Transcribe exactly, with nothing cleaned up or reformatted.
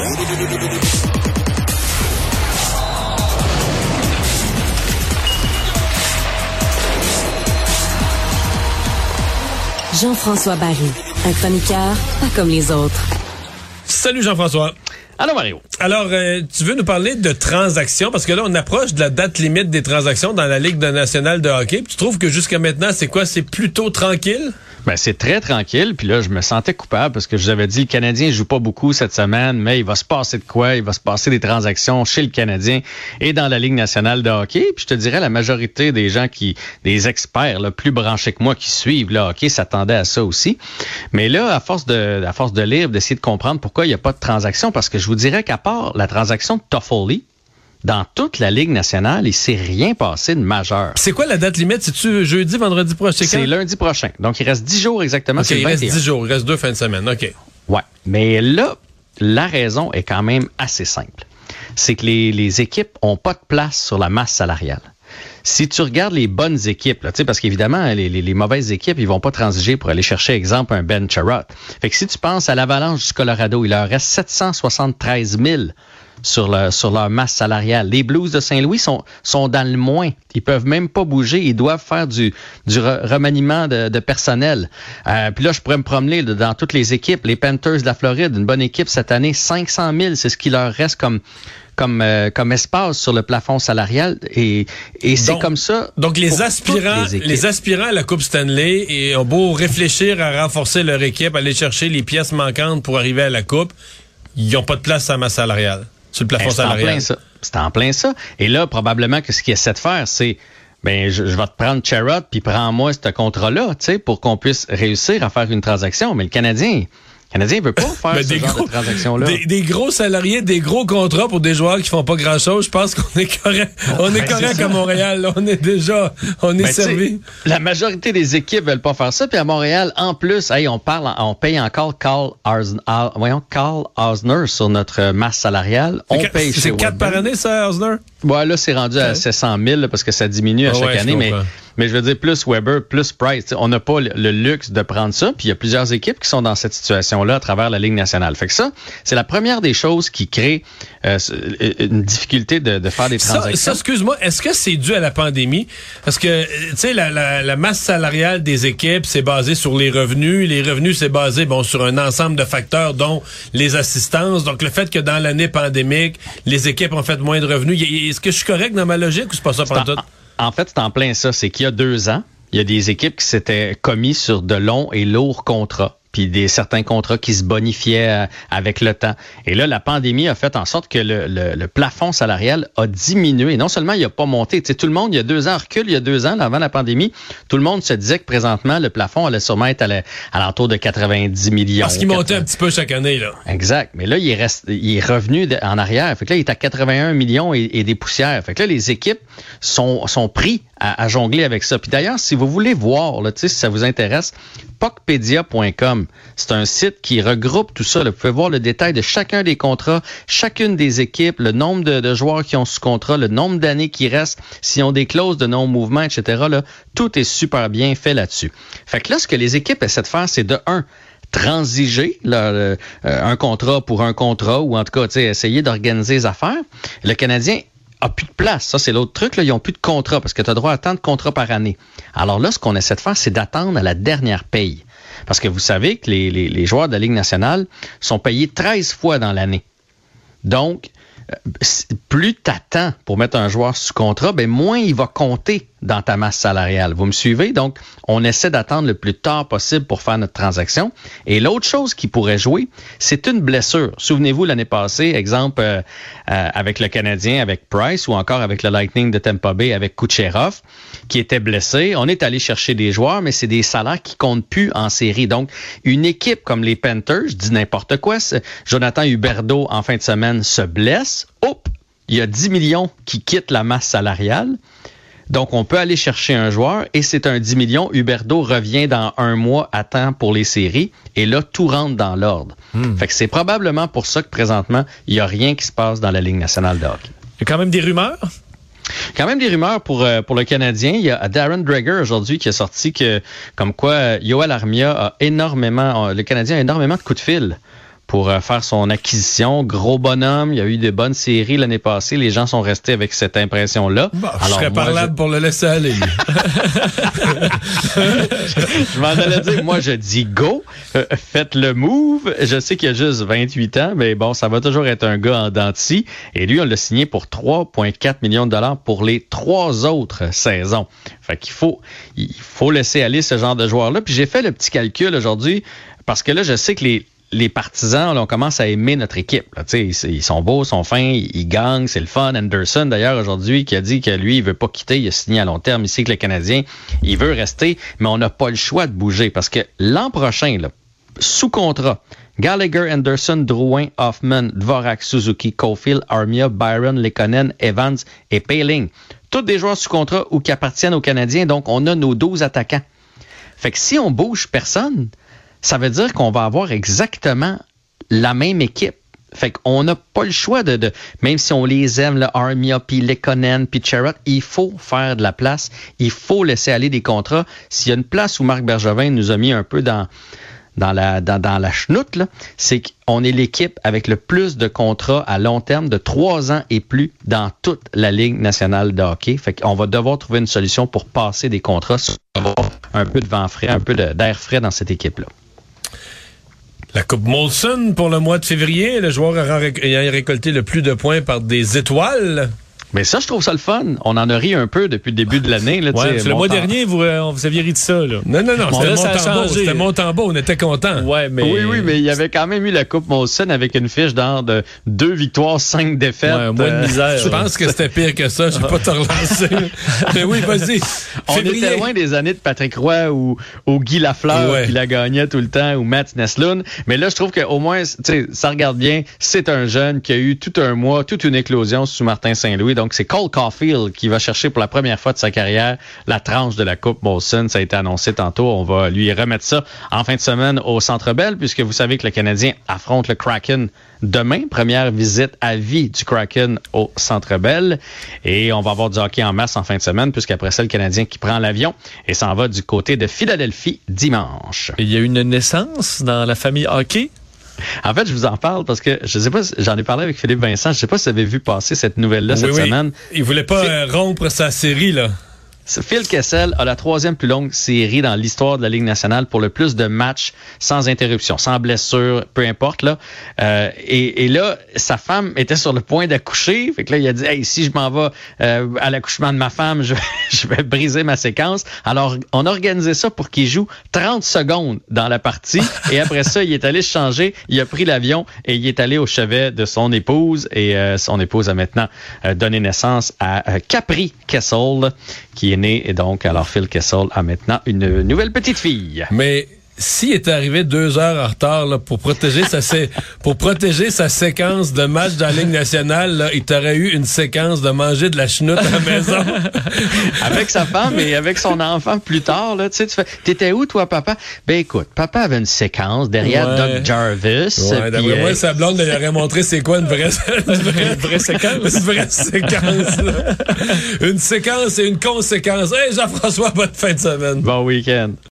Jean-François Barry, un chroniqueur pas comme les autres. Salut Jean-François. Allô Mario. Alors, euh, tu veux nous parler de transactions, parce que là, on approche de la date limite des transactions dans la Ligue nationale de hockey. Puis tu trouves que jusqu'à maintenant, c'est quoi? C'est plutôt tranquille? Ben, c'est très tranquille. Puis là, je me sentais coupable parce que je vous avais dit, le Canadien joue pas beaucoup cette semaine, mais il va se passer de quoi? Il va se passer des transactions chez le Canadien et dans la Ligue nationale de hockey. Puis je te dirais, la majorité des gens qui, des experts, là, plus branchés que moi, qui suivent le hockey, s'attendaient à ça aussi. Mais là, à force de, à force de lire, d'essayer de comprendre pourquoi il n'y a pas de transaction, parce que je vous dirais qu'à part la transaction de Toffoli, dans toute la Ligue nationale, il s'est rien passé de majeur. C'est quoi la date limite? C'est-tu jeudi, vendredi prochain? C'est lundi prochain. Donc, il reste dix jours exactement. OK, il reste dix jours. Il reste deux fins de semaine. OK. Ouais. Mais là, la raison est quand même assez simple. C'est que les, les équipes ont pas de place sur la masse salariale. Si tu regardes les bonnes équipes, là, parce qu'évidemment, les, les, les mauvaises équipes, ils vont pas transiger pour aller chercher, exemple, un Ben Chirot. Fait que si tu penses à l'Avalanche du Colorado, il leur reste sept cent soixante-treize mille sur, le, sur leur masse salariale. Les Blues de Saint-Louis sont, sont dans le moins. Ils peuvent même pas bouger. Ils doivent faire du, du remaniement de, de personnel. Euh, puis là, je pourrais me promener là, dans toutes les équipes. Les Panthers de la Floride, une bonne équipe cette année, cinq cent mille, c'est ce qui leur reste comme... comme euh, comme espace sur le plafond salarial et et c'est donc, comme ça. Donc les aspirants les, les aspirants à la Coupe Stanley et ont beau réfléchir à renforcer leur équipe, aller chercher les pièces manquantes pour arriver à la Coupe, ils n'ont pas de place à ma salariale sur le plafond ben, c'est salarial. En plein ça. C'est en plein ça. Et là probablement que ce qu'ils essaient de faire, c'est ben je, je vais te prendre Chirot puis prends-moi ce contrat-là, tu sais, pour qu'on puisse réussir à faire une transaction. Mais le Canadien Le Canadien ne veut pas faire ben, ce des genre gros, de transaction-là. Des, des gros salariés, des gros contrats pour des joueurs qui font pas grand-chose. Je pense qu'on est correct. On est ben, correct à Montréal. Là. On est déjà, on est ben, servi. La majorité des équipes veulent pas faire ça. Puis à Montréal, en plus, hey, on parle, on paye encore Carl Osner, voyons, Carl Osner sur notre masse salariale. On c'est paye c'est chez quatre par année, ça, Osner? Ouais, là, c'est rendu à sept cent mille là, parce que ça diminue à oh, chaque ouais, année. Mais, mais je veux dire, plus Weber, plus Price. On n'a pas le, le luxe de prendre ça. Puis il y a plusieurs équipes qui sont dans cette situation-là à travers la Ligue nationale. Fait que ça, c'est la première des choses qui crée euh, une difficulté de, de faire des transactions. Ça, ça excuse-moi, est-ce que c'est dû à la pandémie? Parce que, tu sais, la, la, la masse salariale des équipes, c'est basé sur les revenus. Les revenus, c'est basé, bon, sur un ensemble de facteurs, dont les assistances. Donc, le fait que dans l'année pandémique, les équipes ont fait moins de revenus. Est-ce que je suis correct dans ma logique ou c'est pas ça pendant tout? En fait, c'est en plein ça. C'est qu'il y a deux ans, il y a des équipes qui s'étaient commis sur de longs et lourds contrats. Puis des certains contrats qui se bonifiaient euh, avec le temps. Et là, la pandémie a fait en sorte que le, le, le plafond salarial a diminué. Non seulement il n'a pas monté, tu sais, tout le monde, il y a deux ans, recule, il y a deux ans, là, avant la pandémie, tout le monde se disait que présentement, le plafond allait sûrement être à, la, à l'entour de quatre-vingt-dix millions. Parce qu'il montait un petit peu chaque année, là. Exact. Mais là, il est, rest, il est revenu de, en arrière. Fait que là, il est à quatre-vingt-un millions et, et des poussières. Fait que là, les équipes sont, sont pris à, à jongler avec ça. Puis d'ailleurs, si vous voulez voir, là, tu sais, si ça vous intéresse, puckpedia point com. C'est un site qui regroupe tout ça. Là. Vous pouvez voir le détail de chacun des contrats, chacune des équipes, le nombre de, de joueurs qui ont sous contrat, le nombre d'années qui restent, s'ils ont des clauses de non-mouvement, et cetera. Là, tout est super bien fait là-dessus. Fait que là, ce que les équipes essaient de faire, c'est de un, transiger là, le, euh, un contrat pour un contrat, ou en tout cas, essayer d'organiser les affaires. Le Canadien a plus de place. Ça, c'est l'autre truc. Là. Ils n'ont plus de contrat parce que tu as droit à tant de contrats par année. Alors là, ce qu'on essaie de faire, c'est d'attendre à la dernière paye. Parce que vous savez que les, les, les joueurs de la Ligue nationale sont payés treize fois dans l'année. Donc, plus tu attends pour mettre un joueur sous contrat, ben moins il va compter dans ta masse salariale. Vous me suivez? Donc, on essaie d'attendre le plus tard possible pour faire notre transaction. Et l'autre chose qui pourrait jouer, c'est une blessure. Souvenez-vous, l'année passée, exemple, euh, euh, avec le Canadien, avec Price, ou encore avec le Lightning de Tampa Bay, avec Kucherov, qui était blessé. On est allé chercher des joueurs, mais c'est des salaires qui comptent plus en série. Donc, une équipe comme les Panthers, je dis n'importe quoi, Jonathan Huberdeau, en fin de semaine, se blesse. Hop! Il y a dix millions qui quittent la masse salariale. Donc, on peut aller chercher un joueur et c'est un dix millions. Huberdeau revient dans un mois à temps pour les séries et là, tout rentre dans l'ordre. Hmm. Fait que c'est probablement pour ça que présentement, il n'y a rien qui se passe dans la Ligue nationale de hockey. Il y a quand même des rumeurs? Quand même des rumeurs pour euh, pour le Canadien. Il y a Darren Dreger aujourd'hui qui a sorti que, comme quoi, Yoel Armia a énormément, le Canadien a énormément de coups de fil pour euh, faire son acquisition. Gros bonhomme, il y a eu de bonnes séries l'année passée. Les gens sont restés avec cette impression-là. Bon, Alors, je serais moi, parlable je... pour le laisser aller. je m'en allais dire, moi je dis go, euh, faites le move. Je sais qu'il a juste vingt-huit ans, mais bon, ça va toujours être un gars en dents de scie. Et lui, on l'a signé pour trois virgule quatre millions de dollars pour les trois autres saisons. Fait qu'il faut, il faut laisser aller ce genre de joueur-là. Puis j'ai fait le petit calcul aujourd'hui, parce que là, je sais que les les partisans, là, on commence à aimer notre équipe. Là. Ils, ils sont beaux, ils sont fins, ils, ils gagnent, c'est le fun. Anderson, d'ailleurs, aujourd'hui, qui a dit que lui, il veut pas quitter, il a signé à long terme ici que le Canadien, il veut rester, mais on n'a pas le choix de bouger parce que l'an prochain, là, sous contrat, Gallagher, Anderson, Drouin, Hoffman, Dvorak, Suzuki, Caulfield, Armia, Byron, Lekonen, Evans et Poehling. Tous des joueurs sous contrat ou qui appartiennent aux Canadiens, donc on a nos douze attaquants. Fait que si on bouge personne, ça veut dire qu'on va avoir exactement la même équipe. Fait qu'on n'a pas le choix de, de... Même si on les aime, le Armia, puis Lekonen, puis Sherratt, il faut faire de la place. Il faut laisser aller des contrats. S'il y a une place où Marc Bergevin nous a mis un peu dans, dans, la, dans, dans la chenoute, là, c'est qu'on est l'équipe avec le plus de contrats à long terme de trois ans et plus dans toute la Ligue nationale de hockey. Fait qu'on va devoir trouver une solution pour passer des contrats, avoir un peu de vent frais, un peu de, d'air frais dans cette équipe-là. La Coupe Molson pour le mois de février, le joueur ayant récolté le plus de points par des étoiles. Mais ça, je trouve ça le fun. On en a ri un peu depuis le début de l'année. Là, ouais, le mois dernier, vous, euh, vous aviez ri de ça. Là. Non, non, non, c'était Montembeault. C'était Montembeault, on était contents. Ouais, mais... Oui, oui, mais il y avait quand même eu la Coupe Molson avec une fiche d'or de deux victoires, cinq défaites. Ouais, un mois de misère. Euh, je pense que c'était pire que ça. Je vais pas te relancer. Mais oui, vas-y. On Février. était loin des années de Patrick Roy ou, ou Guy Lafleur ouais. qui la gagnait tout le temps ou Mats Naslund. Mais là, je trouve qu'au moins, ça regarde bien. C'est un jeune qui a eu tout un mois, toute une éclosion sous Martin Saint-Louis. Donc, c'est Cole Caulfield qui va chercher pour la première fois de sa carrière la tranche de la Coupe Molson. Ça a été annoncé tantôt. On va lui remettre ça en fin de semaine au Centre Bell, puisque vous savez que le Canadien affronte le Kraken demain. Première visite à vie du Kraken au Centre Bell. Et on va avoir du hockey en masse en fin de semaine, puisqu'après ça, le Canadien qui prend l'avion et s'en va du côté de Philadelphie dimanche. Il y a une naissance dans la famille hockey? En fait, je vous en parle parce que je sais pas, j'en ai parlé avec Philippe Vincent, je sais pas si vous avez vu passer cette nouvelle-là oui, cette oui. semaine. Il voulait pas Phil... euh, rompre sa série, là. Phil Kessel a la troisième plus longue série dans l'histoire de la Ligue nationale pour le plus de matchs sans interruption, sans blessure, peu importe. Là. Euh, et, et là, sa femme était sur le point d'accoucher. Fait que là, il a dit, hey, si je m'en vais euh, à l'accouchement de ma femme, je, je vais briser ma séquence. Alors, on a organisé ça pour qu'il joue trente secondes dans la partie. Et après ça, il est allé se changer, il a pris l'avion et il est allé au chevet de son épouse. Et euh, son épouse a maintenant euh, donné naissance à euh, Capri Kessel, qui est né, et donc, alors Phil Kessel a maintenant une nouvelle petite fille. Mais s'il était arrivé deux heures en retard là, pour protéger sa sé- pour protéger sa séquence de match dans la Ligue nationale, là, il t'aurait eu une séquence de manger de la chenoute à la maison. Avec sa femme et avec son enfant plus tard, là, tu sais, tu fais, t'étais où toi, papa? Ben écoute, papa avait une séquence derrière ouais. Doug Jarvis. Ouais, d'après euh... moi, sa blonde lui aurait montré c'est quoi une vraie, une vraie, une vraie séquence. Une vraie séquence, là. Une séquence et une conséquence. Hey, Jean-François, bonne fin de semaine. Bon week-end.